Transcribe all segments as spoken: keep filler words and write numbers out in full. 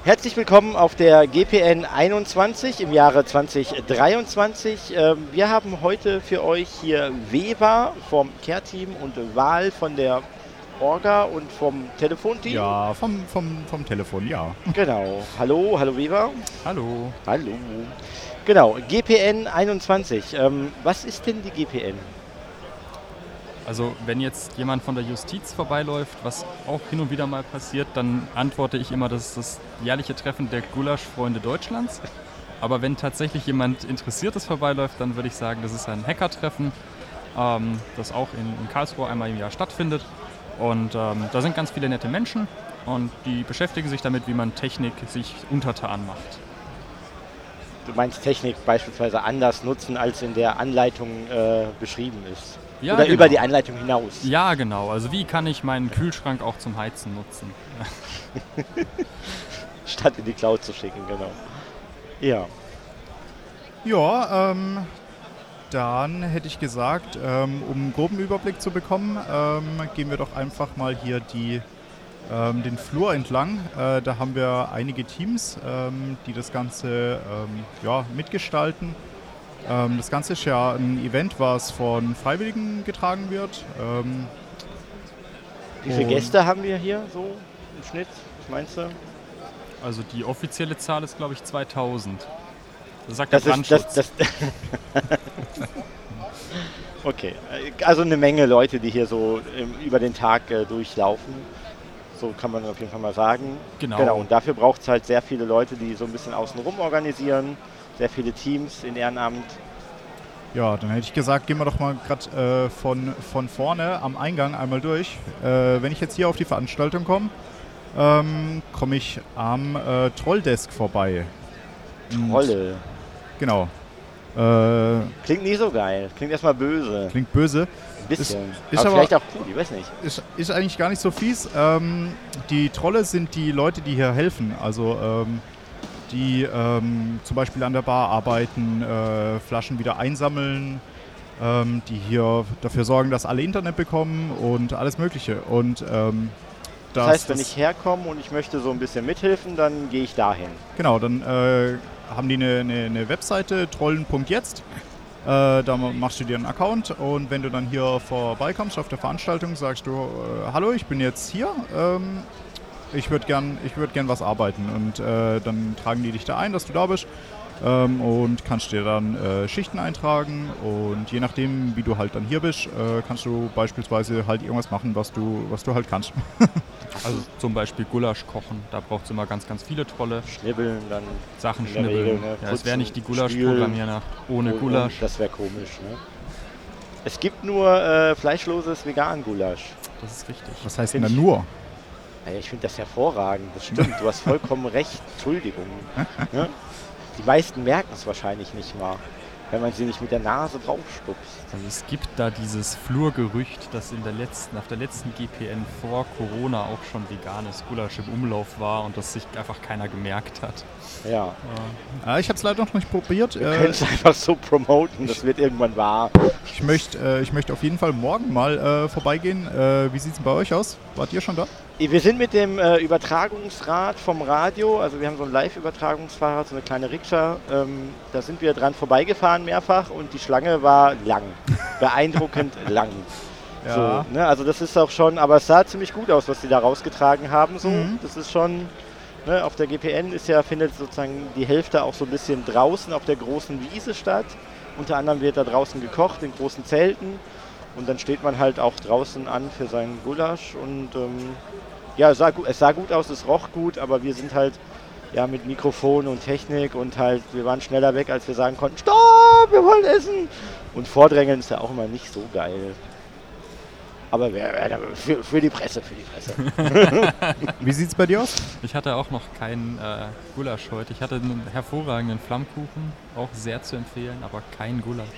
Herzlich willkommen auf der G P N einundzwanzig im Jahre zwanzig dreiundzwanzig. Ähm, wir haben heute für euch hier Weber vom Care-Team und Wahl von der Orga und vom Telefonteam. Ja, vom, vom, vom Telefon, ja. Genau. Hallo, hallo Weber. Hallo. Hallo. Genau, G P N einundzwanzig. Ähm, was ist denn die G P N? Also wenn jetzt jemand von der Justiz vorbeiläuft, was auch hin und wieder mal passiert, dann antworte ich immer, das ist das jährliche Treffen der Gulasch-Freunde Deutschlands. Aber wenn tatsächlich jemand Interessiertes vorbeiläuft, dann würde ich sagen, das ist ein Hacker-Treffen, ähm, das auch in, in Karlsruhe einmal im Jahr stattfindet. Und ähm, da sind ganz viele nette Menschen und die beschäftigen sich damit, wie man Technik sich untertan macht. Du meinst Technik beispielsweise anders nutzen, als in der Anleitung äh, beschrieben ist? Ja, Oder genau. über die Anleitung hinaus? Ja, genau. Also wie kann ich meinen Kühlschrank auch zum Heizen nutzen? Statt in die Cloud zu schicken, genau. Ja. Ja, ähm, dann hätte ich gesagt, ähm, um einen groben Überblick zu bekommen, ähm, gehen wir doch einfach mal hier die, ähm, den Flur entlang. Äh, da haben wir einige Teams, ähm, die das Ganze ähm, ja, mitgestalten. Ähm, das Ganze ist ja ein Event, was von Freiwilligen getragen wird. Ähm, Wie viele Gäste haben wir hier so im Schnitt? Was meinst du? Also die offizielle Zahl ist, glaube ich, zweitausend. Das sagt Das der ist, Brandschutz. das, das okay, also eine Menge Leute, die hier so ähm, über den Tag äh, durchlaufen. So kann man auf jeden Fall mal sagen. Genau. Genau. Und dafür braucht es halt sehr viele Leute, die so ein bisschen außenrum organisieren. Sehr viele Teams in Ehrenamt. Ja, dann hätte ich gesagt, gehen wir doch mal gerade äh, von, von vorne am Eingang einmal durch. Äh, wenn ich jetzt hier auf die Veranstaltung komme, ähm, komme ich am äh, Trolldesk vorbei. Trolle. Und, genau. Äh, Klingt nie so geil. Klingt erstmal böse. Klingt böse. Ein bisschen. Ist, ist aber, aber vielleicht auch cool, ich weiß nicht. Ist, ist eigentlich gar nicht so fies. Ähm, die Trolle sind die Leute, die hier helfen. Also ähm, die ähm, zum Beispiel an der Bar arbeiten, äh, Flaschen wieder einsammeln, ähm, die hier dafür sorgen, dass alle Internet bekommen und alles Mögliche. Und, ähm, das, das heißt, wenn ich herkomme und ich möchte so ein bisschen mithelfen, dann gehe ich dahin. Genau, dann äh, haben die eine, eine, eine Webseite, trollen punkt jetzt. Äh, da machst du dir einen Account und wenn du dann hier vorbeikommst auf der Veranstaltung, sagst du, äh, hallo, ich bin jetzt hier. Ähm, Ich würde gern, ich würd gern was arbeiten und äh, dann tragen die dich da ein, dass du da bist ähm, und kannst dir dann äh, Schichten eintragen und je nachdem, wie du halt dann hier bist, äh, kannst du beispielsweise halt irgendwas machen, was du, was du halt kannst. Also zum Beispiel Gulasch kochen, da braucht es immer ganz, ganz viele Trolle. Schnibbeln, dann Sachen in der schnibbeln. Regel, ne? Ja, Putzen, es wäre nicht die spülen. Gulasch-Programmiernacht ohne Und- Gulasch. und Das wäre komisch, ne? Es gibt nur äh, fleischloses Vegan-Gulasch. Das ist richtig. Was heißt Find denn da ich- nur? Ja, ich finde das hervorragend, das stimmt, du hast vollkommen recht, Entschuldigung. Ne? Die meisten merken es wahrscheinlich nicht mal, wenn man sie nicht mit der Nase draufstupst. Also es gibt da dieses Flurgerücht, dass in der letzten, auf der letzten G P N vor Corona auch schon veganes Gulasch im Umlauf war und das sich einfach keiner gemerkt hat. Ja, Äh, ich habe es leider noch nicht probiert. wir Äh, können es einfach so promoten, das wird irgendwann wahr. ich möchte äh, ich möcht auf jeden Fall morgen mal äh, vorbeigehen. Äh, wie sieht es bei euch aus? Wart ihr schon da? Wir sind mit dem äh, Übertragungsrad vom Radio, also wir haben so ein Live-Übertragungsfahrrad, so eine kleine Rikscha, ähm, da sind wir dran vorbeigefahren mehrfach und die Schlange war lang, beeindruckend lang. Ja. So, ne, also das ist auch schon, aber es sah ziemlich gut aus, was die da rausgetragen haben. So. Mhm. Das ist schon, ne, auf der G P N ist ja, findet sozusagen die Hälfte auch so ein bisschen draußen auf der großen Wiese statt. Unter anderem wird da draußen gekocht, in großen Zelten. Und dann steht man halt auch draußen an für seinen Gulasch. Und ähm, ja, es sah, gu- es sah gut aus, es roch gut, aber wir sind halt ja mit Mikrofon und Technik und halt, wir waren schneller weg, als wir sagen konnten, stopp, wir wollen essen. Und vordrängeln ist ja auch immer nicht so geil. Aber wer, wer, für, für die Presse, für die Presse. Wie sieht es bei dir aus? Ich hatte auch noch keinen äh, Gulasch heute. Ich hatte einen hervorragenden Flammkuchen, auch sehr zu empfehlen, aber kein Gulasch.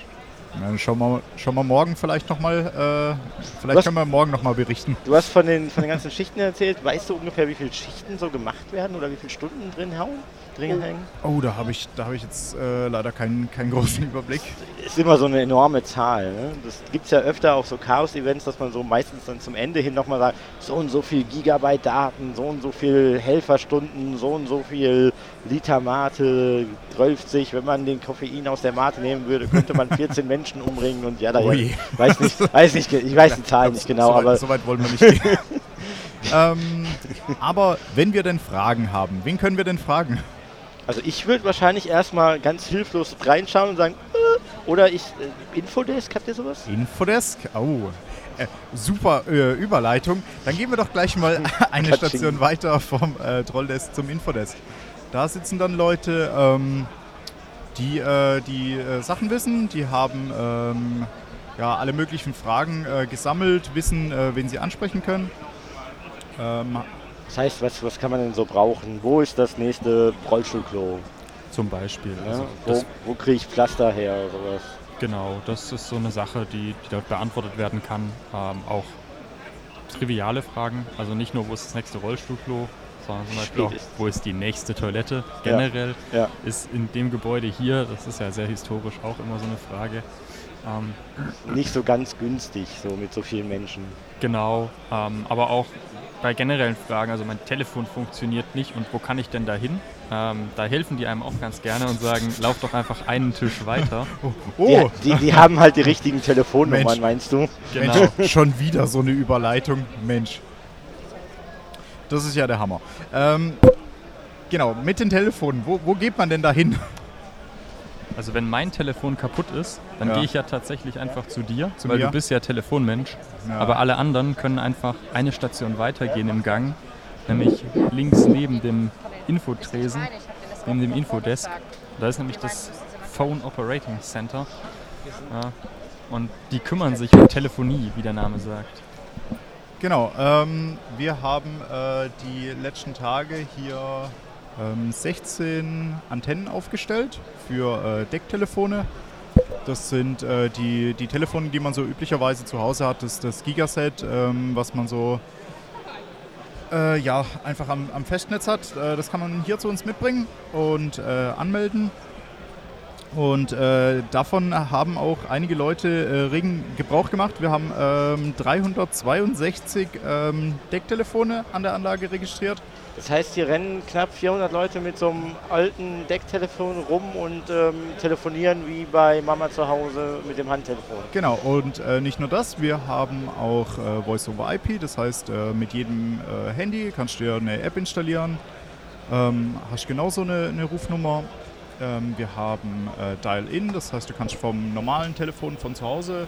Ja, schauen wir, schauen wir morgen vielleicht nochmal, äh, vielleicht hast, können wir morgen nochmal berichten. Du hast von den, von den ganzen Schichten erzählt. Weißt du ungefähr, wie viele Schichten so gemacht werden oder wie viele Stunden drin hauen, drin hängen? Oh, da habe ich, da hab ich jetzt äh, leider keinen, keinen großen Überblick. Das ist immer so eine enorme Zahl. Ne? Das gibt es ja öfter auf so Chaos-Events, dass man so meistens dann zum Ende hin nochmal sagt, so und so viel Gigabyte Daten, so und so viel Helferstunden, so und so viel Liter Mate, zwölf sich, wenn man den Koffein aus der Mate nehmen würde, könnte man vierzehn Menschen umbringen und ja, da ja, weiß nicht, weiß nicht, ich weiß die Zahlen nicht genau, so weit, aber so weit wollen wir nicht gehen. ähm, aber wenn wir denn Fragen haben, wen können wir denn fragen? Also ich würde wahrscheinlich erstmal ganz hilflos reinschauen und sagen, äh, oder ich, äh, Infodesk, habt ihr sowas? Infodesk? Oh, äh, super äh, Überleitung. Dann gehen wir doch gleich mal eine Station weiter vom äh, Trolldesk zum Infodesk. Da sitzen dann Leute, ähm, die äh, die äh, Sachen wissen, die haben ähm, ja, alle möglichen Fragen äh, gesammelt, wissen, äh, wen sie ansprechen können. Ähm, Das heißt, was, was kann man denn so brauchen? Wo ist das nächste Rollstuhlklo? Zum Beispiel. Ja, Also wo wo kriege ich Pflaster her oder sowas? Genau, das ist so eine Sache, die, die dort beantwortet werden kann. Ähm, auch triviale Fragen, also nicht nur, wo ist das nächste Rollstuhlklo, sondern zum Beispiel auch, wo ist die nächste Toilette generell. Ja, ja. Ist in dem Gebäude hier, das ist ja sehr historisch auch immer so eine Frage. Ähm, Nicht so ganz günstig, so mit so vielen Menschen. Genau, ähm, aber auch bei generellen Fragen, also mein Telefon funktioniert nicht und wo kann ich denn da hin? Ähm, da helfen die einem auch ganz gerne und sagen, lauf doch einfach einen Tisch weiter. Oh, oh. Die, die, die haben halt die richtigen Telefonnummern, Mensch. meinst du? Genau. Mensch, schon wieder so eine Überleitung. Mensch. Das ist ja der Hammer. Ähm, genau, mit den Telefonen. Wo, wo geht man denn da hin? Also wenn mein Telefon kaputt ist, dann Ja. gehe ich ja tatsächlich einfach zu dir, Zu weil mir? du bist ja Telefonmensch. Ja. Aber alle anderen können einfach eine Station weitergehen im Gang, nämlich links neben dem Infotresen, neben dem Infodesk. Da ist nämlich das Phone Operating Center. Ja. Und die kümmern sich um Telefonie, wie der Name sagt. Genau, ähm, wir haben äh, die letzten Tage hier ähm, sechzehn Antennen aufgestellt für äh, Decktelefone. Das sind äh, die, die Telefone, die man so üblicherweise zu Hause hat, das, das Gigaset, ähm, was man so äh, ja, einfach am, am Festnetz hat. Äh, das kann man hier zu uns mitbringen und äh, anmelden. Und äh, davon haben auch einige Leute äh, regen Gebrauch gemacht. Wir haben ähm, dreihundertzweiundsechzig ähm, Decktelefone an der Anlage registriert. Das heißt, hier rennen knapp vierhundert Leute mit so einem alten Decktelefon rum und ähm, telefonieren wie bei Mama zu Hause mit dem Handtelefon. Genau, und äh, nicht nur das, wir haben auch äh, Voice-over-I P, das heißt, äh, mit jedem äh, Handy kannst du dir eine App installieren, ähm, hast genauso eine, eine Rufnummer. Ähm, wir haben äh, Dial-In, das heißt, du kannst vom normalen Telefon von zu Hause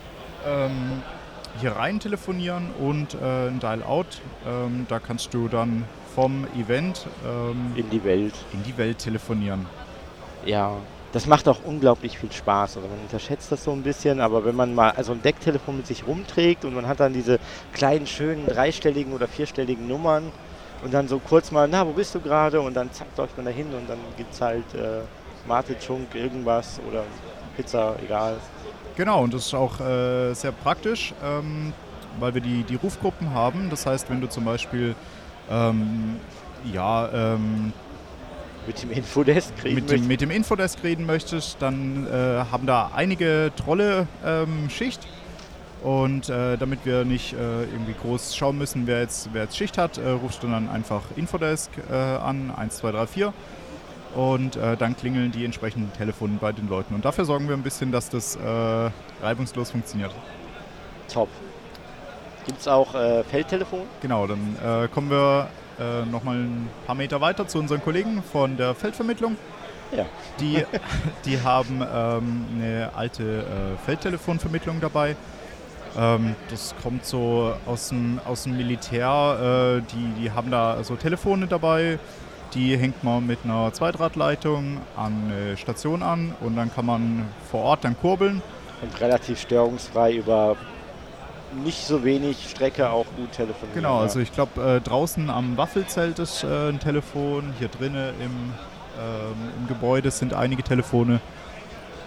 ähm, hier rein telefonieren und äh, ein Dial-Out, ähm, da kannst du dann vom Event ähm, In die Welt. in die Welt telefonieren. Ja, das macht auch unglaublich viel Spaß. Also man unterschätzt das so ein bisschen, aber wenn man mal also ein Decktelefon mit sich rumträgt und man hat dann diese kleinen, schönen, dreistelligen oder vierstelligen Nummern und dann so kurz mal, na, wo bist du gerade? Und dann zack, läuft man da hin und dann gibt es halt äh, Mate, Chunk, irgendwas oder Pizza, egal. Genau, und das ist auch äh, sehr praktisch, ähm, weil wir die, die Rufgruppen haben. Das heißt, wenn du zum Beispiel ähm, ja, ähm, Mit dem Infodesk kriegen mit, dem, mit dem Infodesk reden möchtest, dann äh, haben da einige Trolle ähm, Schicht. Und äh, damit wir nicht äh, irgendwie groß schauen müssen, wer jetzt, wer jetzt Schicht hat, äh, rufst du dann einfach Infodesk äh, an, eins zwei drei vier. Und äh, dann klingeln die entsprechenden Telefone bei den Leuten. Und dafür sorgen wir ein bisschen, dass das äh, reibungslos funktioniert. Top. Gibt es auch äh, Feldtelefon? Genau, dann äh, kommen wir äh, nochmal ein paar Meter weiter zu unseren Kollegen von der Feldvermittlung. Ja. Die, die haben ähm, eine alte äh, Feldtelefonvermittlung dabei. Ähm, das kommt so aus dem, aus dem Militär. Äh, die, die haben da so Telefone dabei. Die hängt man mit einer Zweitradleitung an eine Station an und dann kann man vor Ort dann kurbeln. Und relativ störungsfrei über nicht so wenig Strecke auch gut telefonieren. Genau, ja. also ich glaube äh, draußen am Waffelzelt ist äh, ein Telefon, hier drinnen im, ähm, im Gebäude sind einige Telefone.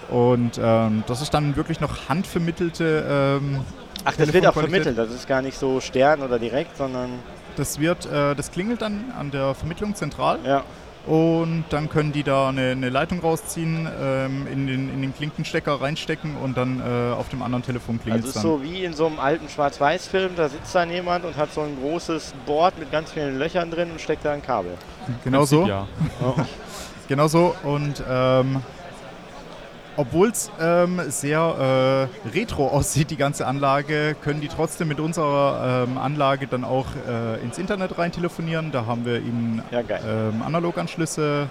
Und ähm, das ist dann wirklich noch handvermittelte ähm, Ach, das wird auch vermittelt, das ist gar nicht so Stern oder direkt, sondern... Das wird, äh, das klingelt dann an der Vermittlung zentral. Ja. Und dann können die da eine, eine Leitung rausziehen, ähm, in, den, in den Klinkenstecker reinstecken und dann äh, auf dem anderen Telefon klingelt es also dann. Also so wie in so einem alten Schwarz-Weiß-Film, da sitzt dann jemand und hat so ein großes Board mit ganz vielen Löchern drin und steckt da ein Kabel. Genau so. Ja. Oh. Genau so. Und ähm, obwohl es ähm, sehr äh, retro aussieht, die ganze Anlage, können die trotzdem mit unserer ähm, Anlage dann auch äh, ins Internet rein telefonieren. Da haben wir ihnen Ja, geil. ähm, Analoganschlüsse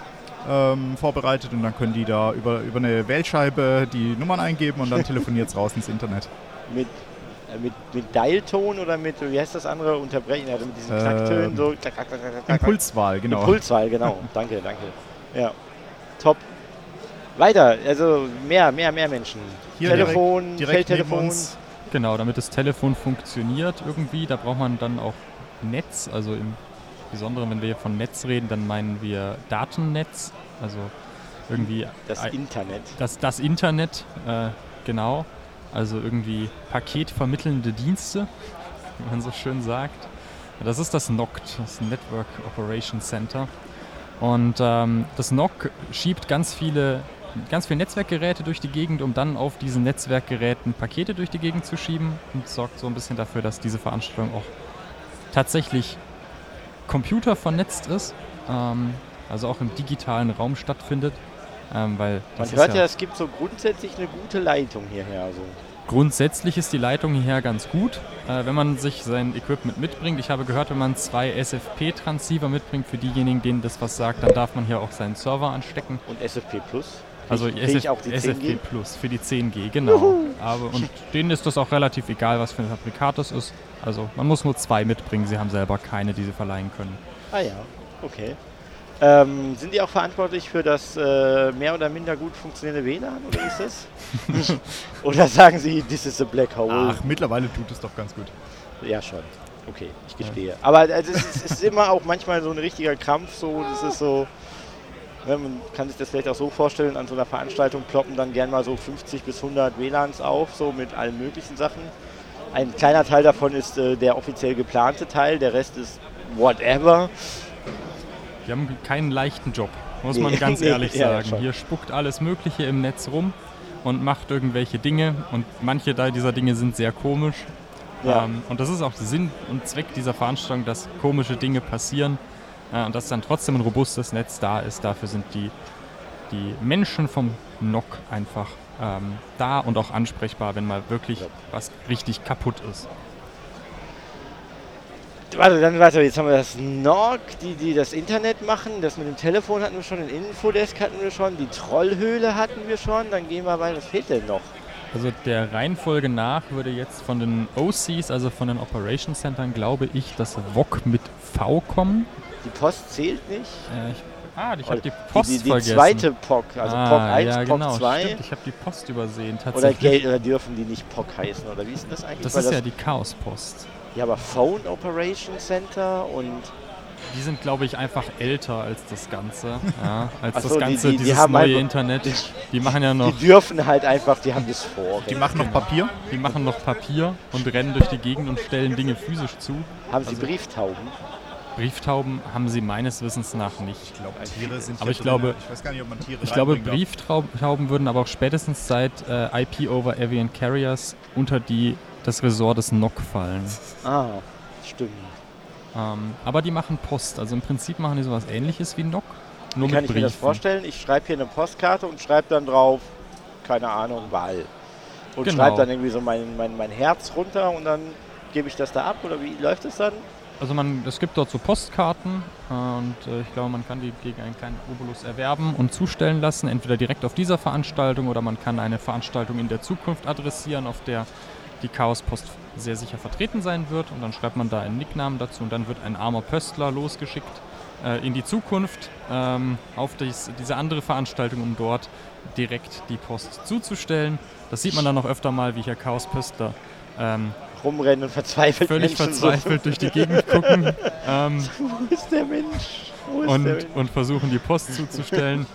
ähm, vorbereitet und dann können die da über, über eine Wählscheibe die Nummern eingeben und dann telefoniert es raus ins Internet. Mit, äh, mit, mit Dialton oder mit, wie heißt das andere, Unterbrechen, also mit diesen Ähm, Knacktönen, so klack, klack, klack, klack, klack. Impulswahl, genau. Impulswahl, genau. Danke, danke. Ja, top. Weiter, also mehr, mehr, mehr Menschen. Hier Telefon, direkt, direkt neben Feldtelefon. uns. Genau, damit das Telefon funktioniert irgendwie, da braucht man dann auch Netz, also im Besonderen, wenn wir hier von Netz reden, dann meinen wir Datennetz, also irgendwie Das ein- Internet. das, das Internet, äh, genau, also irgendwie paketvermittelnde Dienste, wie man so schön sagt. Das ist das N O C T, das Network Operation Center. Und ähm, das N O C schiebt ganz viele, ganz viele Netzwerkgeräte durch die Gegend, um dann auf diesen Netzwerkgeräten Pakete durch die Gegend zu schieben und sorgt so ein bisschen dafür, dass diese Veranstaltung auch tatsächlich computervernetzt ist, ähm, also auch im digitalen Raum stattfindet. Ähm, weil Man das hört ist ja, es gibt so grundsätzlich eine gute Leitung hierher. Also. Grundsätzlich ist die Leitung hierher ganz gut, äh, wenn man sich sein Equipment mitbringt. Ich habe gehört, wenn man zwei S F P-Transceiver mitbringt, für diejenigen, denen das was sagt, dann darf man hier auch seinen Server anstecken. Und S F P Plus? Also Krieg ich auch die S F zehn G? P Plus für die zehn G, genau. Aber, und denen ist das auch relativ egal, was für ein Fabrikat das ist. Also man muss nur zwei mitbringen, sie haben selber keine, die sie verleihen können. Ah ja, okay. Ähm, sind die auch verantwortlich für das äh, mehr oder minder gut funktionierende W L A N, oder ist das? Oder sagen sie, this is a black hole? Ach, mittlerweile tut es doch ganz gut. Ja, schon. Okay, ich gestehe. Aber also, es, ist, es ist immer auch manchmal so ein richtiger Krampf, so, das ist so, ne, man kann sich das vielleicht auch so vorstellen, an so einer Veranstaltung ploppen dann gern mal so fünfzig bis hundert W L A Ns auf, so mit allen möglichen Sachen. Ein kleiner Teil davon ist äh, der offiziell geplante Teil, der Rest ist whatever. Die haben keinen leichten Job, muss Nee, man ganz nee, ehrlich ja, sagen. schon. Hier spuckt alles Mögliche im Netz rum und macht irgendwelche Dinge und manche da dieser Dinge sind sehr komisch. Ja. Ähm, und das ist auch Sinn und Zweck dieser Veranstaltung, dass komische Dinge passieren äh, und dass dann trotzdem ein robustes Netz da ist. Dafür sind die, die Menschen vom N O C einfach ähm, da und auch ansprechbar, wenn mal wirklich Ja. was richtig kaputt ist. Warte, dann warte, jetzt haben wir das N O C, die, die das Internet machen, das mit dem Telefon hatten wir schon, den Infodesk hatten wir schon, die Trollhöhle hatten wir schon, dann gehen wir weiter, was fehlt denn noch? Also der Reihenfolge nach würde jetzt von den O Cs, also von den Operation Centern, glaube ich, das W O C mit V kommen. Die Post zählt nicht? Äh, ich, ah, ich habe die Post die, die, die vergessen. zweite P O C, also ah, P O C eins, ja, P O C genau, zwei. Stimmt, ich habe die Post übersehen, Oder, tatsächlich. Geld, oder dürfen die nicht P O C heißen? Oder wie ist denn das eigentlich? Das Weil ist ja die Chaos-Post. ja, aber Phone Operation Center und... Die sind, glaube ich, einfach älter als das Ganze. Ja, als Ach das so, die- Ganze, die- die dieses haben neue einfach- Internet. Die machen ja noch, Die dürfen halt einfach, die haben das vor. Die machen noch Papier. die machen noch Papier und rennen durch die Gegend und stellen Dinge physisch zu. Haben sie also- Brieftauben? Brieftauben haben sie meines Wissens nach nicht. Ich glaube, Tiere sind Aber hier ich glaube- drin. Ich weiß gar nicht, ob man Tiere Ich glaube, reinbringen darf. Brieftauben würden aber auch spätestens seit äh, I P over Avian Carriers unter die, das Ressort des N O C fallen. Ah, stimmt. Ähm, aber die machen Post. Also im Prinzip machen die sowas Ähnliches wie N O C, nur Wie kann mit ich mir das Briefen. vorstellen? Ich schreibe hier eine Postkarte und schreibe dann drauf, keine Ahnung, Wahl. Und Genau. schreibe dann irgendwie so mein, mein, mein Herz runter und dann gebe ich das da ab oder wie läuft das dann? Also man, es gibt dort so Postkarten äh, und äh, ich glaube, man kann die gegen einen kleinen Obolus erwerben und zustellen lassen, entweder direkt auf dieser Veranstaltung oder man kann eine Veranstaltung in der Zukunft adressieren, auf der die Chaos-Post sehr sicher vertreten sein wird und dann schreibt man da einen Nicknamen dazu und dann wird ein armer Pöstler losgeschickt äh, in die Zukunft ähm, auf dies, diese andere Veranstaltung, um dort direkt die Post zuzustellen. Das sieht man dann noch öfter mal, wie hier Chaos-Pöstler ähm, Rumrennen und verzweifelt völlig Menschen verzweifelt durch die Gegend gucken. Ähm, So, wo ist der Mensch? Wo ist und, der Mensch? und versuchen die Post zuzustellen.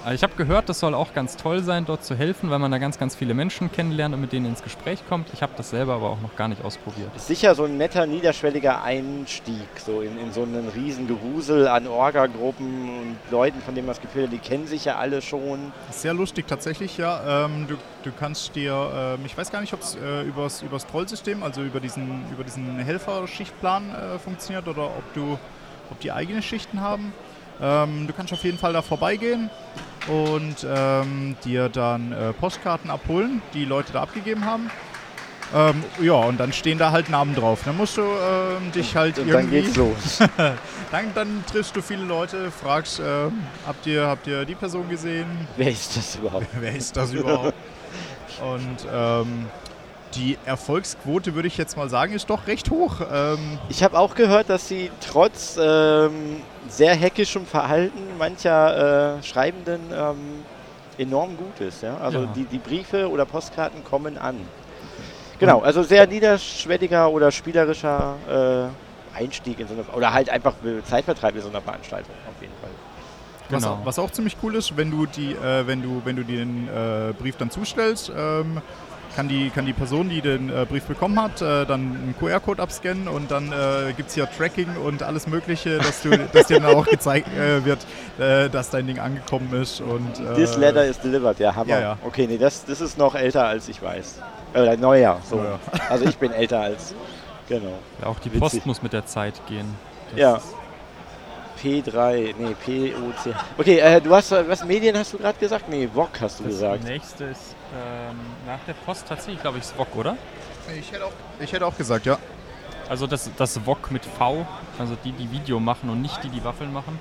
Ich habe gehört, das soll auch ganz toll sein, dort zu helfen, weil man da ganz, ganz viele Menschen kennenlernt und mit denen ins Gespräch kommt. Ich habe das selber aber auch noch gar nicht ausprobiert. Ist sicher so ein netter, niederschwelliger Einstieg so in, in so einen riesen Gewusel an Orga-Gruppen und Leuten, von denen man das Gefühl hat, die kennen sich ja alle schon. Sehr lustig tatsächlich, ja. Ähm, du, du kannst dir, äh, ich weiß gar nicht, ob es äh, übers, übers Trollsystem, also über diesen, über diesen Helfer-Schichtplan äh, funktioniert oder ob, du, ob die eigene Schichten haben. Ähm, du kannst auf jeden Fall da vorbeigehen und ähm, dir dann äh, Postkarten abholen, die Leute da abgegeben haben. Ähm, ja, und dann stehen da halt Namen drauf. Dann musst du ähm, dich halt und irgendwie... dann geht's los. dann, dann triffst du viele Leute, fragst, äh, habt ihr, habt ihr die Person gesehen? Wer ist das überhaupt? Wer ist das überhaupt? Und ähm, die Erfolgsquote, würde ich jetzt mal sagen, ist doch recht hoch. Ähm, ich habe auch gehört, dass sie trotz ähm, sehr heckischem Verhalten mancher äh, Schreibenden ähm, enorm gut ist. Ja? Also ja. Die, die Briefe oder Postkarten kommen an. Genau, also sehr niederschwelliger oder spielerischer äh, Einstieg in so eine, oder halt einfach Zeitvertreib in so einer Veranstaltung auf jeden Fall. Genau. Was, was auch ziemlich cool ist, wenn du die, äh, wenn du, wenn du den äh, Brief dann zustellst, ähm, kann die, kann die Person, die den äh, Brief bekommen hat, äh, dann einen Q R-Code abscannen und dann äh, gibt es hier Tracking und alles Mögliche, dass, du, dass dir dann auch gezeigt äh, wird, äh, dass dein Ding angekommen ist. Und, äh, This letter is delivered, ja, Hammer. Ja, ja. Okay, nee, das, das ist noch älter als ich weiß. Oder neuer, so. Neuer. Also ich bin älter als, genau. Ja, auch die Witzig. Post muss mit der Zeit gehen. Das Ja. ist- P drei, nee, P O C. Okay, äh, du hast, was Medien hast du gerade gesagt? Nee, V O G hast du Das gesagt. nächste ist ähm, nach der Post tatsächlich, glaube ich, das V O G, oder? Ich hätte auch, ich hätte auch gesagt, ja. Also das, das V O G mit V, also die, die Video machen und nicht die, die Waffeln machen.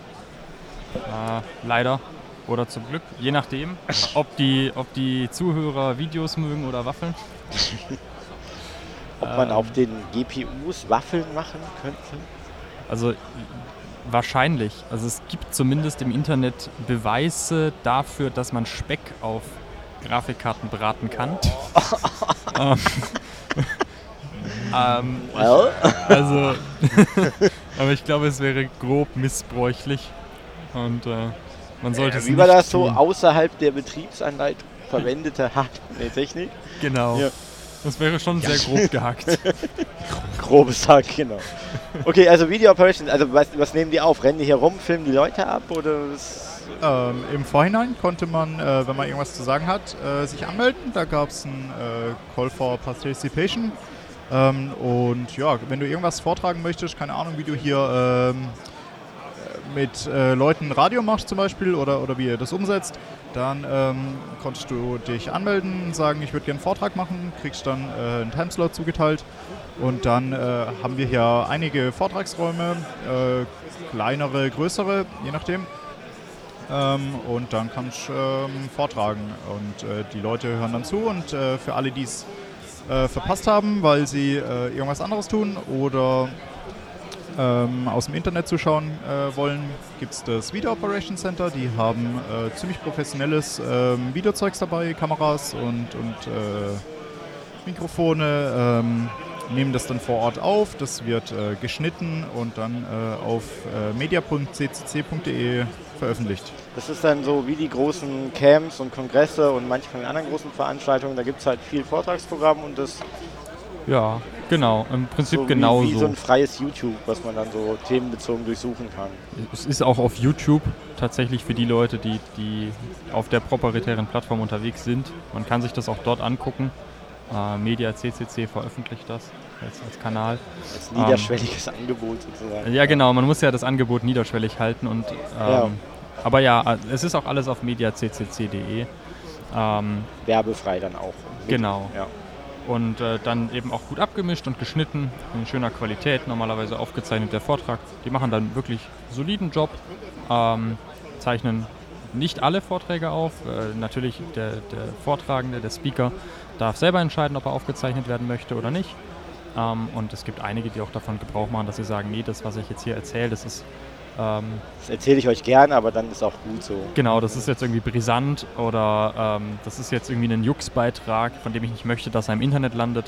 Äh, leider. Oder zum Glück, je nachdem, ob die, ob die Zuhörer Videos mögen oder Waffeln. Ob man ähm, auf den G P Us Waffeln machen könnte? Also wahrscheinlich. Also es gibt zumindest im Internet Beweise dafür, dass man Speck auf Grafikkarten braten kann. ähm, ähm, Well. also, aber ich glaube, es wäre grob missbräuchlich und äh, man sollte Äh, es wie nicht war das so tun. außerhalb der Betriebsanleitung verwendete Hardware-Technik? Genau. Ja. Das wäre schon sehr grob gehackt. Grobes Hack, genau. Okay, also Video Operations, also was, was nehmen die auf? Rennen die hier rum, filmen die Leute ab oder was? Ähm, Im Vorhinein konnte man, äh, wenn man irgendwas zu sagen hat, äh, sich anmelden. Da gab es einen äh, Call for Participation. Ähm, und ja, wenn du irgendwas vortragen möchtest, keine Ahnung, wie du hier ähm, mit äh, Leuten Radio machst zum Beispiel oder, oder wie ihr das umsetzt, dann ähm, konntest du dich anmelden, sagen, ich würde gerne einen Vortrag machen, kriegst dann äh, einen Timeslot zugeteilt und dann äh, haben wir hier einige Vortragsräume, äh, kleinere, größere, je nachdem. Ähm, und dann kannst du ähm, vortragen und äh, die Leute hören dann zu und äh, für alle, die es äh, verpasst haben, weil sie äh, irgendwas anderes tun oder ähm, aus dem Internet zuschauen äh, wollen, gibt es das Video Operations Center. Die haben äh, ziemlich professionelles ähm, Videozeugs dabei, Kameras und, und äh, Mikrofone, ähm, nehmen das dann vor Ort auf, das wird äh, geschnitten und dann äh, auf äh, media punkt c c c punkt d e veröffentlicht. Das ist dann so wie die großen Camps und Kongresse und manche von den anderen großen Veranstaltungen, da gibt es halt viel Vortragsprogramm und das Ja, genau. Im Prinzip so genauso. wie, wie so ein freies YouTube, was man dann so themenbezogen durchsuchen kann. Es ist auch auf YouTube tatsächlich für die Leute, die, die auf der proprietären Plattform unterwegs sind. Man kann sich das auch dort angucken. Äh, Media C C C veröffentlicht das als, als Kanal. Als niederschwelliges ähm, Angebot sozusagen. Ja, genau. Man muss ja das Angebot niederschwellig halten. Und, ähm, ja. Aber ja, es ist auch alles auf media c c c punkt d e. Ähm, Werbefrei dann auch. Genau. Ja. Und äh, dann eben auch gut abgemischt und geschnitten, in schöner Qualität, normalerweise aufgezeichnet der Vortrag. Die machen dann wirklich soliden Job, ähm, zeichnen nicht alle Vorträge auf. Äh, natürlich der, der Vortragende, der Speaker, darf selber entscheiden, ob er aufgezeichnet werden möchte oder nicht. Ähm, und es gibt einige, die auch davon Gebrauch machen, dass sie sagen, nee, das, was ich jetzt hier erzähle, das ist... Ähm, das erzähle ich euch gern, aber dann ist auch gut so. Genau, das ist jetzt irgendwie brisant oder ähm, das ist jetzt irgendwie ein Jux-Beitrag, von dem ich nicht möchte, dass er im Internet landet.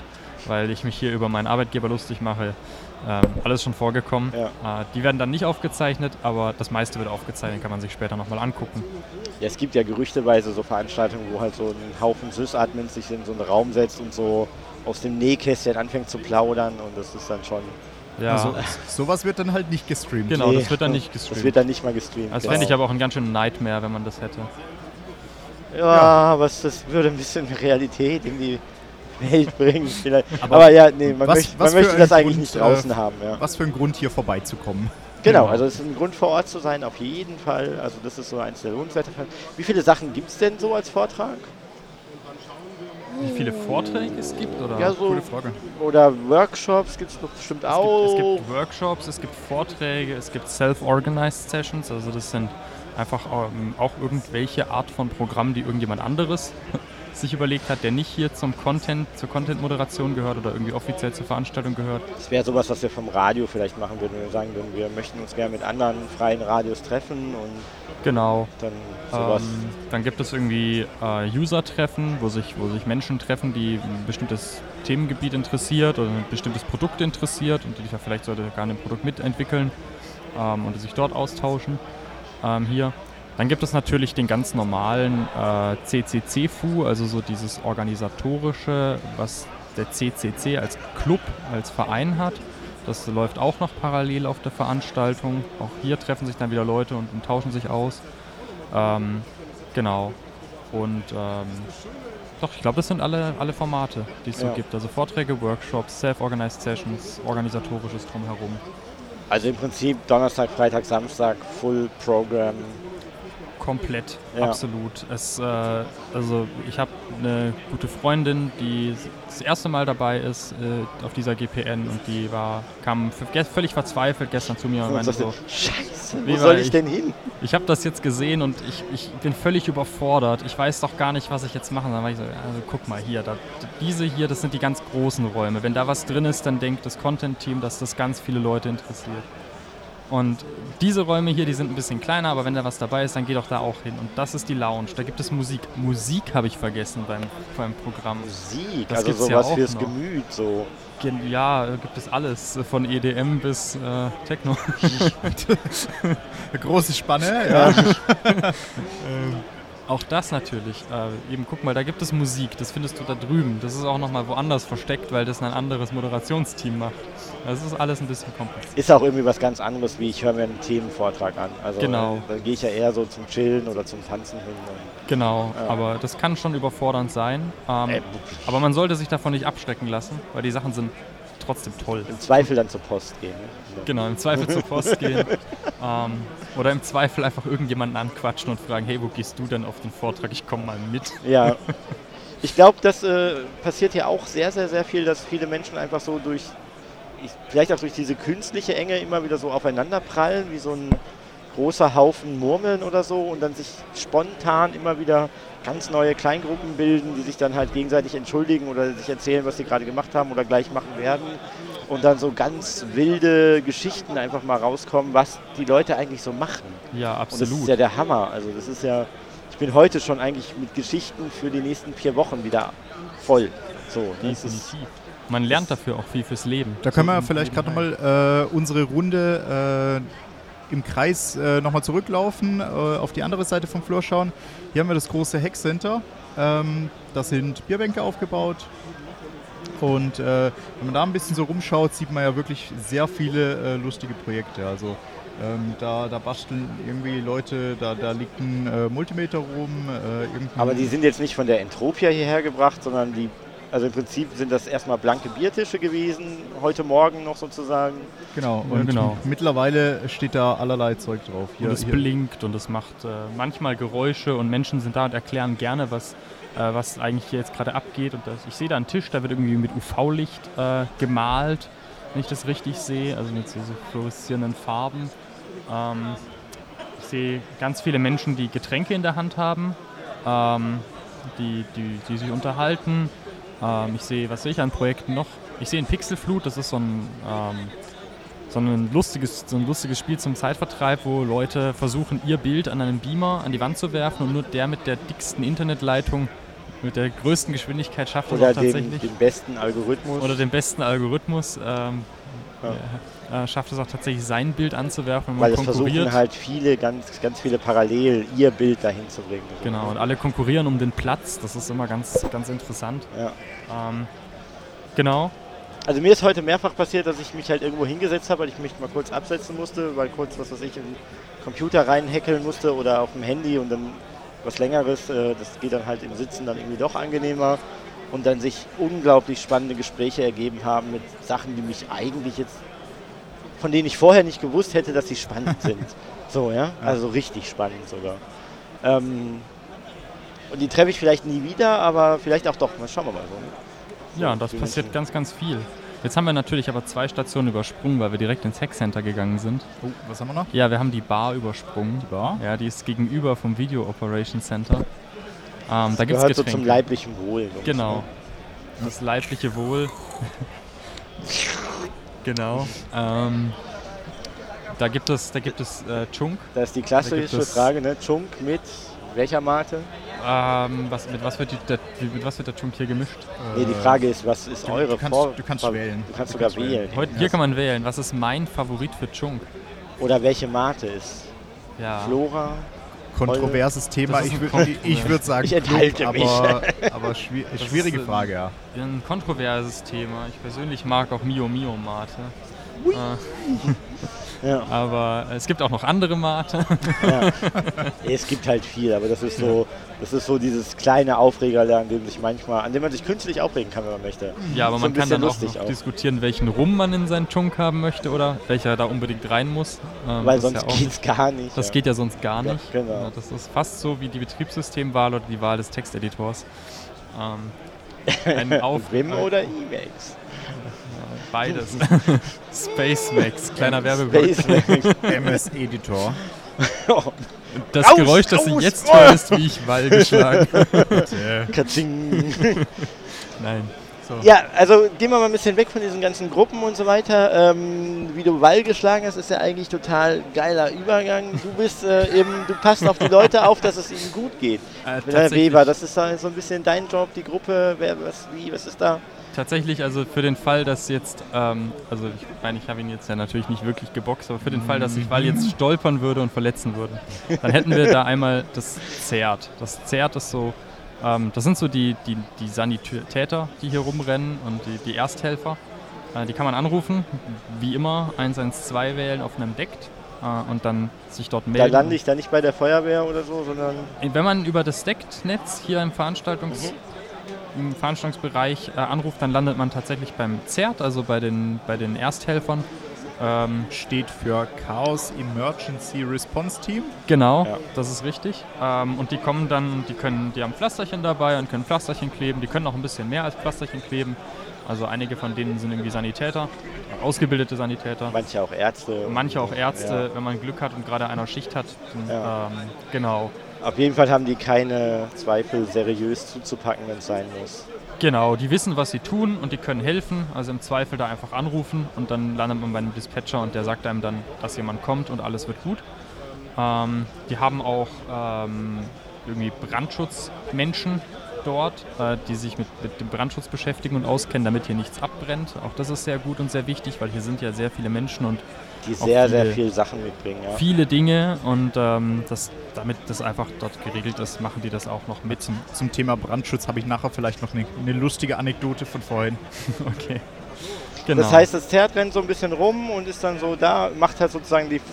weil ich mich hier über meinen Arbeitgeber lustig mache. Ähm, alles schon vorgekommen. Ja. Äh, die werden dann nicht aufgezeichnet, aber das meiste wird aufgezeichnet, kann man sich später nochmal angucken. Ja, es gibt ja gerüchteweise so Veranstaltungen, wo halt so ein Haufen Sys-Admins sich in so einen Raum setzt und so aus dem Nähkästchen anfängt zu plaudern und das ist dann schon... Ja, Also, sowas wird dann halt nicht gestreamt. genau, Nee, das wird dann nicht gestreamt. Das wird dann nicht mal gestreamt. Das genau. fände ich aber auch ein ganz schöner Nightmare, wenn man das hätte. Ja, aber es- das würde ein bisschen Realität in die Welt bringen. Vielleicht. Aber, Aber ja, nee, man, was- möcht, was man für möchte ein das eigentlich Grund, nicht äh, draußen haben. Ja. Was für ein Grund, hier vorbeizukommen. Genau, also es ist ein Grund vor Ort zu sein, auf jeden Fall. Also das ist so eins der lohnenswerten Fälle. Wie viele Sachen gibt es denn so als Vortrag? Wie viele Vorträge es gibt? Oder? Ja, so, Gute Frage. oder Workshops gibt es doch bestimmt Es auch. gibt, es gibt Workshops, es gibt Vorträge, es gibt Self-Organized Sessions, also das sind einfach ähm, auch irgendwelche Art von Programm, die irgendjemand anderes sich überlegt hat, der nicht hier zum Content, zur Content-Moderation gehört oder irgendwie offiziell zur Veranstaltung gehört. Das wäre sowas, was wir vom Radio vielleicht machen würden, wenn wir sagen würden, wir möchten uns gerne mit anderen freien Radios treffen und Genau. dann sowas. Ähm, dann gibt es irgendwie äh, User-Treffen, wo sich, wo sich Menschen treffen, die ein bestimmtes Themengebiet interessiert oder ein bestimmtes Produkt interessiert und die ja vielleicht sogar ein Produkt mitentwickeln ähm, und die sich dort austauschen. Ähm, hier. Dann gibt es natürlich den ganz normalen äh, C C C F U, also so dieses organisatorische, was der C C C als Club, als Verein hat. Das läuft auch noch parallel auf der Veranstaltung. Auch hier treffen sich dann wieder Leute und, und tauschen sich aus. Ähm, genau. Und ähm, doch, ich glaube, das sind alle, alle Formate, die es Ja. so gibt. Also Vorträge, Workshops, Self-Organized Sessions, organisatorisches Drumherum. Also im Prinzip Donnerstag, Freitag, Samstag, Full Program. Komplett, Ja. absolut. Es, äh, also ich habe eine gute Freundin, die das erste Mal dabei ist äh, auf dieser G P N und die war, kam f- ge- völlig verzweifelt gestern zu mir und Und meinte sagte, so, Scheiße, wo Wie soll war ich ich? denn hin? ich habe das jetzt gesehen und ich, ich bin völlig überfordert. Ich weiß doch gar nicht, was ich jetzt machen soll. Dann war ich so, also guck mal hier, da, diese hier, das sind die ganz großen Räume. Wenn da was drin ist, dann denkt das Content-Team, dass das ganz viele Leute interessiert. Und diese Räume hier, die sind ein bisschen kleiner, aber wenn da was dabei ist, dann geh doch da auch hin. Und das ist die Lounge. Da gibt es Musik. Musik habe ich vergessen beim, beim Programm. Musik, Das also gibt's ja sowas auch fürs noch. Gemüt. So. Gen- Ja, äh, gibt es alles. äh, Von E D M bis äh, Techno. Eine große Spanne, ja. Auch das natürlich. Äh, eben guck mal, da gibt es Musik. Das findest du da drüben. Das ist auch nochmal woanders versteckt, weil das ein anderes Moderationsteam macht. Das ist alles ein bisschen komplex. Ist auch irgendwie was ganz anderes, wie ich höre mir einen Themenvortrag an. Also Genau. Da gehe ich ja eher so zum Chillen oder zum Tanzen hin. Und, Genau, Ja. aber das kann schon überfordernd sein. Ähm, äh, aber man sollte sich davon nicht abschrecken lassen, weil die Sachen sind trotzdem toll. Im Zweifel dann zur Post gehen. Ne? Genau, im Zweifel zur Post gehen. Ähm, oder im Zweifel einfach irgendjemanden anquatschen und fragen, hey, wo gehst du denn auf den Vortrag? Ich komme mal mit. Ja. Ich glaube, das äh, passiert ja auch sehr, sehr, sehr viel, dass viele Menschen einfach so durch, ich, vielleicht auch durch diese künstliche Enge immer wieder so aufeinander prallen, wie so ein großer Haufen Murmeln oder so und dann sich spontan immer wieder ganz neue Kleingruppen bilden, die sich dann halt gegenseitig entschuldigen oder sich erzählen, was sie gerade gemacht haben oder gleich machen werden und dann so ganz wilde Geschichten einfach mal rauskommen, was die Leute eigentlich so machen. Ja, Und das ist absolut. ja der Hammer. Also das ist ja, ich bin heute schon eigentlich mit Geschichten für die nächsten vier Wochen wieder voll. So, das ist, Definitiv. Man lernt dafür auch viel fürs Leben. Da können So wir im vielleicht gerade Leben nochmal äh, unsere Runde äh, im Kreis äh, nochmal zurücklaufen, äh, auf die andere Seite vom Flur schauen. Hier haben wir das große Hack-Center. Ähm, da sind Bierbänke aufgebaut. Und äh, wenn man da ein bisschen so rumschaut, sieht man ja wirklich sehr viele äh, lustige Projekte. Also ähm, da, da basteln irgendwie Leute, da, da liegt ein äh, Multimeter rum. Äh, irgendein- aber die sind jetzt nicht von der Entropia hierher gebracht, sondern die, also im Prinzip sind das erstmal blanke Biertische gewesen, heute Morgen noch sozusagen. Genau, Ja, und genau. mittlerweile steht da allerlei Zeug drauf. Und es blinkt und es macht äh, manchmal Geräusche und Menschen sind da und erklären gerne, was, äh, was eigentlich hier jetzt gerade abgeht. Und das, ich sehe da einen Tisch, da wird irgendwie mit U V-Licht äh, gemalt, wenn ich das richtig sehe, also mit so, so fluoreszierenden Farben. Ähm, ich sehe ganz viele Menschen, die Getränke in der Hand haben, ähm, die, die, die sich unterhalten. Ähm, ich sehe, was sehe ich an Projekten noch? Ich sehe ein Pixelflut, das ist so ein... Ähm, so ein lustiges, so ein lustiges Spiel zum Zeitvertreib, wo Leute versuchen, ihr Bild an einen Beamer an die Wand zu werfen und nur der mit der dicksten Internetleitung mit der größten Geschwindigkeit schafft es Oder auch tatsächlich. den, den besten Algorithmus. Oder den besten Algorithmus. Ähm, ja. äh, schafft es auch tatsächlich sein Bild anzuwerfen, wenn Weil man es konkurriert. versuchen halt viele, ganz, ganz viele parallel ihr Bild dahin zu bringen. Genau, und alle konkurrieren um den Platz. Das ist immer ganz, ganz interessant. Ja. Ähm, genau. Also mir ist heute mehrfach passiert, dass ich mich halt irgendwo hingesetzt habe, weil ich mich mal kurz absetzen musste, weil kurz, was weiß ich, in den Computer reinhackeln musste oder auf dem Handy und dann was Längeres. Äh, das geht dann halt im Sitzen dann irgendwie doch angenehmer. Und dann sich unglaublich spannende Gespräche ergeben haben mit Sachen, die mich eigentlich jetzt, von denen ich vorher nicht gewusst hätte, dass sie spannend sind. So, ja, also richtig spannend sogar. Ähm, und die treffe ich vielleicht nie wieder, aber vielleicht auch doch. Mal schauen wir mal so. so Ja, und das passiert Menschen. ganz, ganz viel. Jetzt haben wir natürlich aber zwei Stationen übersprungen, weil wir direkt ins Hackcenter gegangen sind. Oh, was haben wir noch? Ja, wir haben die Bar übersprungen. Die Bar? Ja, die ist gegenüber vom Video Operation Center. Ähm, das da gibt's gehört Getränke. So zum leiblichen Wohl. Genau. Das leibliche Wohl. Genau. Ähm, da gibt es, da gibt es äh, Chunk. Das ist die klassische Frage, ne? Chunk mit welcher Mate? Ähm, was, mit, was wird die, der, mit was wird der Chunk hier gemischt? Nee, die Frage ist, was ist du, eure du kannst, Vor- Du kannst Vor- wählen. Du kannst du sogar kannst wählen. wählen. Heute, hier kann man wählen. Was ist mein Favorit für Chunk? Oder welche Mate ist? Ja. Flora? Kontroverses Thema. Ich, würd, ich würde sagen, ich enthalte Club, mich. aber, aber schwi- schwierige ist, Frage, ja. Ein kontroverses Thema. Ich persönlich mag auch Mio Mio Mate. Äh, ja. Aber es gibt auch noch andere Mate. Ja. Es gibt halt viel, aber das ist so, das ist so dieses kleine Aufreger, an dem sich manchmal, an dem man sich künstlich aufregen kann, wenn man möchte. Ja, aber so man kann dann auch, noch auch diskutieren, welchen Rum man in seinen Chunk haben möchte oder welcher da unbedingt rein muss. Ähm, Weil sonst ja geht's gar nicht. Das ja. geht ja sonst gar nicht. Ja, genau. Ja, das ist fast so wie die Betriebssystemwahl oder die Wahl des Texteditors. Ähm, ein Auf Vim oder Emacs? Beides. Space Max, kleiner Werbeblock. M S Editor. Das raus, Geräusch, das raus, Sie jetzt oh! hören, ist wie ich Wall geschlagen. Katsching. Nein. So. Ja, also gehen wir mal ein bisschen weg von diesen ganzen Gruppen und so weiter. Ähm, wie du Wall geschlagen hast, ist ja eigentlich total geiler Übergang. Du bist äh, eben, du passt auf die Leute auf, dass es ihnen gut geht. Äh, Mit Herr Weber, das ist da so ein bisschen dein Job, die Gruppe, wer, was, wie, was ist da? Tatsächlich, also für den Fall, dass jetzt, ähm, also ich meine, ich habe ihn jetzt ja natürlich nicht wirklich geboxt, aber für den Fall, dass sich Wall jetzt stolpern würde und verletzen würde, dann hätten wir da einmal das Zert. Das Zert ist so, ähm, das sind so die, die, die Sanitäter, die hier rumrennen und die, die Ersthelfer. Äh, die kann man anrufen, wie immer, eins eins zwei wählen auf einem Deckt äh, und dann sich dort melden. Da lande ich da nicht bei der Feuerwehr oder so, sondern... Wenn man über das Deckt-Netz hier im Veranstaltungs... Mhm. im Veranstaltungsbereich äh, anruft, dann landet man tatsächlich beim Zert, also bei den, bei den Ersthelfern. Ähm, Steht für Chaos Emergency Response Team. Genau, ja. Das ist richtig. Ähm, und die kommen dann, die können, die haben Pflasterchen dabei und können Pflasterchen kleben. Die können auch ein bisschen mehr als Pflasterchen kleben. Also einige von denen sind irgendwie Sanitäter, ausgebildete Sanitäter. Manche auch Ärzte. Manche auch Ärzte, ja. wenn man Glück hat und gerade einer Schicht hat. Dann, ja. ähm, genau. Auf jeden Fall haben die keine Zweifel, seriös zuzupacken, wenn es sein muss. Genau, die wissen, was sie tun und die können helfen. Also im Zweifel da einfach anrufen und dann landet man bei einem Dispatcher und der sagt einem dann, dass jemand kommt und alles wird gut. Ähm, die haben auch ähm, irgendwie Brandschutzmenschen dort, äh, die sich mit, mit dem Brandschutz beschäftigen und auskennen, damit hier nichts abbrennt. Auch das ist sehr gut und sehr wichtig, weil hier sind ja sehr viele Menschen und die sehr, viele, sehr viele Sachen mitbringen. Ja. Viele Dinge und ähm, das, damit das einfach dort geregelt ist, machen die das auch noch mit. Zum, zum Thema Brandschutz habe ich nachher vielleicht noch eine, eine lustige Anekdote von vorhin. Okay. Genau. Das heißt, das Zert rennt so ein bisschen rum und ist dann so da, macht halt sozusagen die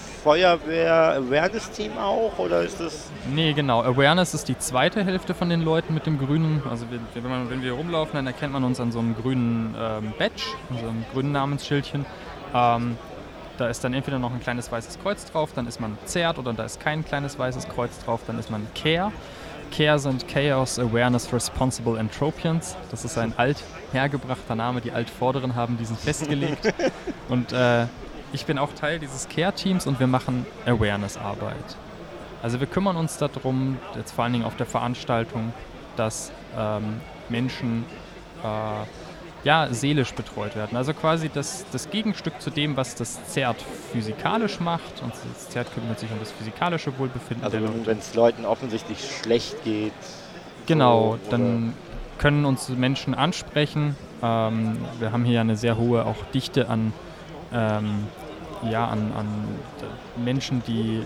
Feuerwehr-Awareness-Team auch, oder ist das... Nee, genau. Awareness ist die zweite Hälfte von den Leuten mit dem grünen, also wenn, man, wenn wir rumlaufen, dann erkennt man uns an so einem grünen ähm, Badge, also einem grünen Namensschildchen. Ähm, Da ist dann entweder noch ein kleines weißes Kreuz drauf, dann ist man Zert, oder da ist kein kleines weißes Kreuz drauf, dann ist man Care. Care sind Chaos Awareness Responsible Entropians. Das ist ein alt hergebrachter Name, die Altvorderen haben diesen festgelegt. Und äh, ich bin auch Teil dieses Care-Teams und wir machen Awareness-Arbeit. Also wir kümmern uns darum, jetzt vor allen Dingen auf der Veranstaltung, dass ähm, Menschen äh, ja, seelisch betreut werden. Also quasi das, das Gegenstück zu dem, was das Zert physikalisch macht. Und das Zert kümmert sich um das physikalische Wohlbefinden also der Leute. wenn es Leuten offensichtlich schlecht geht, Genau, so, dann können uns Menschen ansprechen. Ähm, wir haben hier eine sehr hohe auch Dichte an, ähm, ja, an, an Menschen, die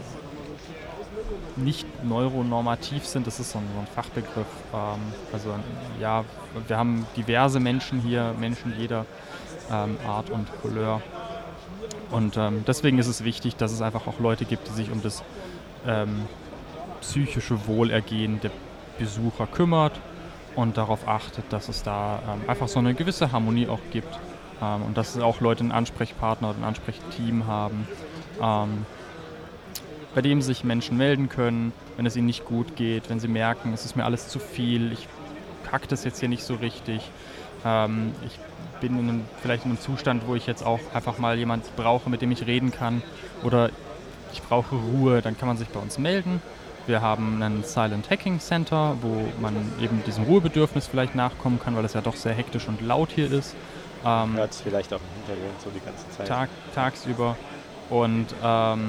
nicht neuronormativ sind. Das ist so ein, so ein Fachbegriff. Ähm, also ja, wir haben diverse Menschen hier, Menschen jeder ähm, Art und Couleur. Und ähm, deswegen ist es wichtig, dass es einfach auch Leute gibt, die sich um das ähm, psychische Wohlergehen der Besucher kümmert und darauf achtet, dass es da ähm, einfach so eine gewisse Harmonie auch gibt ähm, und dass auch Leute einen Ansprechpartner oder ein Ansprechteam haben, ähm, bei dem sich Menschen melden können, wenn es ihnen nicht gut geht, wenn sie merken, es ist mir alles zu viel, ich pack das jetzt hier nicht so richtig, ähm, ich bin in einem, vielleicht in einem Zustand, wo ich jetzt auch einfach mal jemanden brauche, mit dem ich reden kann oder ich brauche Ruhe, dann kann man sich bei uns melden. Wir haben ein Silent Hacking Center, wo man eben diesem Ruhebedürfnis vielleicht nachkommen kann, weil es ja doch sehr hektisch und laut hier ist. Ähm, Hört es vielleicht auch im Hintergrund so die ganze Zeit. Tag, tagsüber. Und ähm,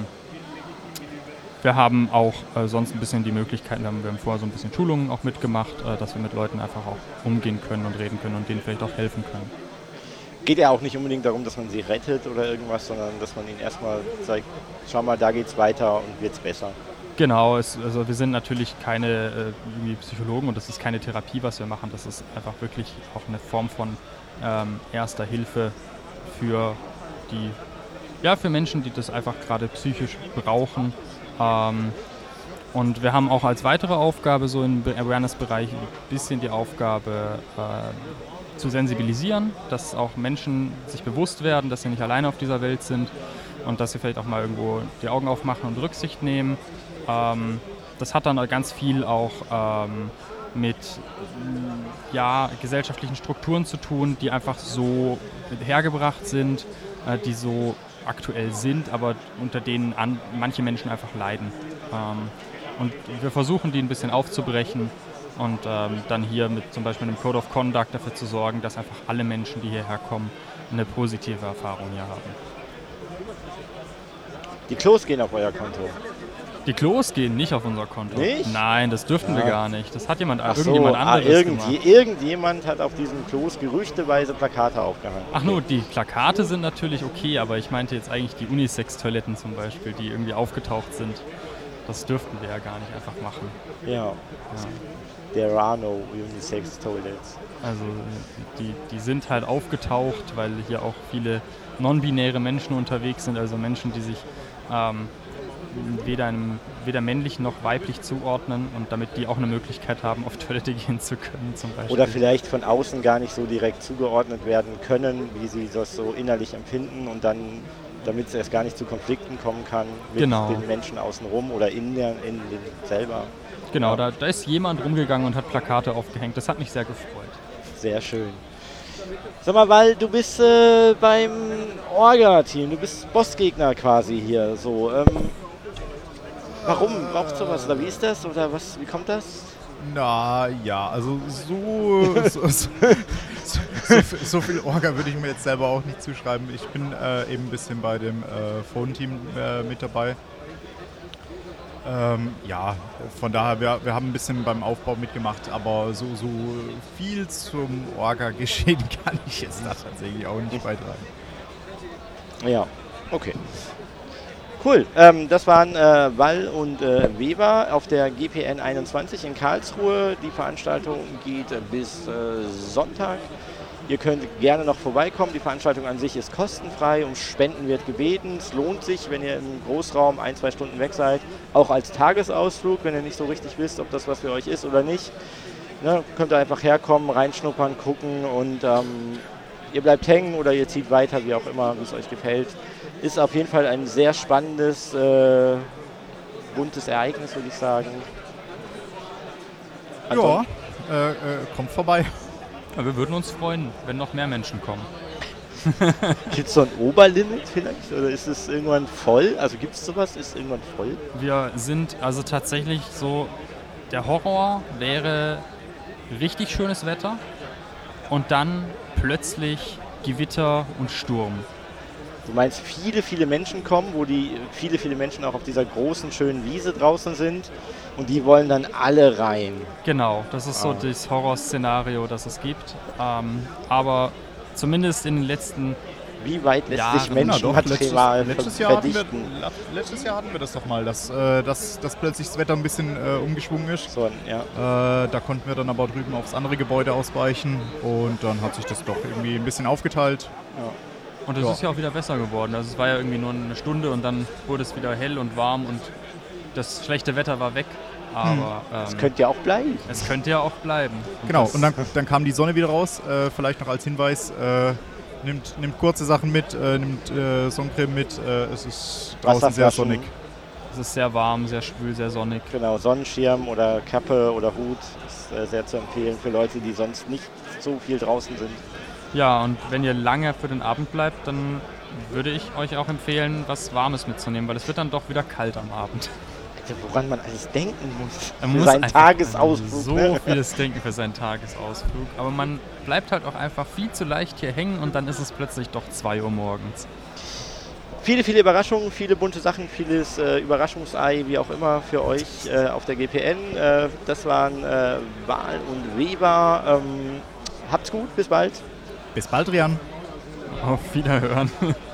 wir haben auch äh, sonst ein bisschen die Möglichkeiten, wir haben, wir haben vorher so ein bisschen Schulungen auch mitgemacht, äh, dass wir mit Leuten einfach auch umgehen können und reden können und denen vielleicht auch helfen können. Geht ja auch nicht unbedingt darum, dass man sie rettet oder irgendwas, sondern dass man ihnen erstmal sagt, schau mal, da geht's weiter und wird's besser. Genau, es, also wir sind natürlich keine äh, irgendwie Psychologen und das ist keine Therapie, was wir machen. Das ist einfach wirklich auch eine Form von ähm, erster Hilfe für die, ja, für Menschen, die das einfach gerade psychisch brauchen. Ähm, und wir haben auch als weitere Aufgabe so im Awareness-Bereich ein bisschen die Aufgabe äh, zu sensibilisieren, dass auch Menschen sich bewusst werden, dass sie nicht alleine auf dieser Welt sind und dass sie vielleicht auch mal irgendwo die Augen aufmachen und Rücksicht nehmen. Ähm, das hat dann ganz viel auch ähm, mit ja, gesellschaftlichen Strukturen zu tun, die einfach so hergebracht sind, äh, die so aktuell sind, aber unter denen an, manche Menschen einfach leiden. Ähm, und wir versuchen, die ein bisschen aufzubrechen und ähm, dann hier mit zum Beispiel einem Code of Conduct dafür zu sorgen, dass einfach alle Menschen, die hierher kommen, eine positive Erfahrung hier haben. Die Klos gehen auf euer Konto. Die Klos gehen nicht auf unser Konto. Nicht? Nein, das dürften ja. wir gar nicht. Das hat jemand, Ach irgendjemand so, anderes ah, irgendwie, gemacht. Irgendjemand hat auf diesen Klos gerüchteweise Plakate aufgehangen. Ach nur, die Plakate sind natürlich okay, aber ich meinte jetzt eigentlich die Unisex-Toiletten zum Beispiel, die irgendwie aufgetaucht sind. Das dürften wir ja gar nicht einfach machen. Ja. ja. There are no Unisex Toilets. Also die, die sind halt aufgetaucht, weil hier auch viele non-binäre Menschen unterwegs sind, also Menschen, die sich ähm, weder, einem, weder männlich noch weiblich zuordnen und damit die auch eine Möglichkeit haben, auf Toilette gehen zu können zum Beispiel. Oder vielleicht von außen gar nicht so direkt zugeordnet werden können, wie sie das so innerlich empfinden und dann, damit es erst gar nicht zu Konflikten kommen kann mit genau. den Menschen außenrum oder in, der, in den selber. Genau, ja. da, da ist jemand rumgegangen und hat Plakate aufgehängt. Das hat mich sehr gefreut. Sehr schön. Sag mal, weil du bist äh, beim Orga-Team, du bist Bossgegner quasi hier. So, ähm, warum brauchst du was oder wie ist das oder was? Wie kommt das? Na ja, also so, so, so, so, so viel Orga würde ich mir jetzt selber auch nicht zuschreiben. Ich bin äh, eben ein bisschen bei dem äh, Phone-Team äh, mit dabei. Ähm, ja, von daher, wir, wir haben ein bisschen beim Aufbau mitgemacht, aber so, so viel zum Orga-Geschehen kann ich jetzt da tatsächlich auch nicht beitragen. Ja, okay. Cool, ähm, das waren äh, Wall und äh, Weber auf der G P N einundzwanzig in Karlsruhe. Die Veranstaltung geht äh, bis äh, Sonntag. Ihr könnt gerne noch vorbeikommen. Die Veranstaltung an sich ist kostenfrei. Um Spenden wird gebeten. Es lohnt sich, wenn ihr im Großraum ein, zwei Stunden weg seid. Auch als Tagesausflug, wenn ihr nicht so richtig wisst, ob das was für euch ist oder nicht. Ne, könnt ihr einfach herkommen, reinschnuppern, gucken und ähm, ihr bleibt hängen oder ihr zieht weiter, wie auch immer, wie es euch gefällt. Ist auf jeden Fall ein sehr spannendes, äh, buntes Ereignis, würde ich sagen. Anton? Ja, äh, äh, kommt vorbei. Ja, wir würden uns freuen, wenn noch mehr Menschen kommen. Gibt es so ein Oberlimit vielleicht? Oder ist es irgendwann voll? Also gibt es sowas? Ist irgendwann voll? Wir sind also tatsächlich so, der Horror wäre richtig schönes Wetter und dann plötzlich Gewitter und Sturm. Du meinst, viele, viele Menschen kommen, wo die viele, viele Menschen auch auf dieser großen, schönen Wiese draußen sind, Und die wollen dann alle rein. Genau, das ist so Ah. das Horrorszenario, das es gibt. Ähm, aber zumindest in den letzten, Wie weit lässt Ja, sich na Na doch, Menschenmaterial letztes, letztes, ver- Jahr hatten wir, verdichten? la- letztes Jahr hatten wir das doch mal, dass, äh, dass, dass plötzlich das Wetter ein bisschen äh, umgeschwungen ist. So, ja. Äh, da konnten wir dann aber drüben aufs andere Gebäude ausweichen und dann hat sich das doch irgendwie ein bisschen aufgeteilt. und es Ja. ist ja auch wieder besser geworden. Also es war ja irgendwie nur eine Stunde und dann wurde es wieder hell und warm und das schlechte Wetter war weg. Aber Das ähm, könnte ja auch bleiben. es könnte ja auch bleiben. Und Genau, das- und dann, dann kam die Sonne wieder raus. Äh, vielleicht noch als Hinweis, äh, nimmt, nimmt kurze Sachen mit, äh, nimmt äh, Sonnencreme mit. Äh, es ist draußen sehr Wasserflaschen. sonnig. Es ist sehr warm, sehr schwül, sehr sonnig. Genau, Sonnenschirm oder Kappe oder Hut ist äh, sehr zu empfehlen für Leute, die sonst nicht so viel draußen sind. Ja, und wenn ihr lange für den Abend bleibt, dann würde ich euch auch empfehlen, was Warmes mitzunehmen, weil es wird dann doch wieder kalt am Abend. Also woran man alles denken muss Man für muss seinen einfach Tagesausflug. So ne? vieles denken für seinen Tagesausflug. Aber man bleibt halt auch einfach viel zu leicht hier hängen und dann ist es plötzlich doch zwei Uhr morgens. Viele, viele Überraschungen, viele bunte Sachen, vieles äh, Überraschungsei, wie auch immer, für euch äh, auf der G P N. Äh, das waren äh, Wahl und Weber. Ähm, habt's gut, bis bald. Bis bald, Rian. Auf Wiederhören.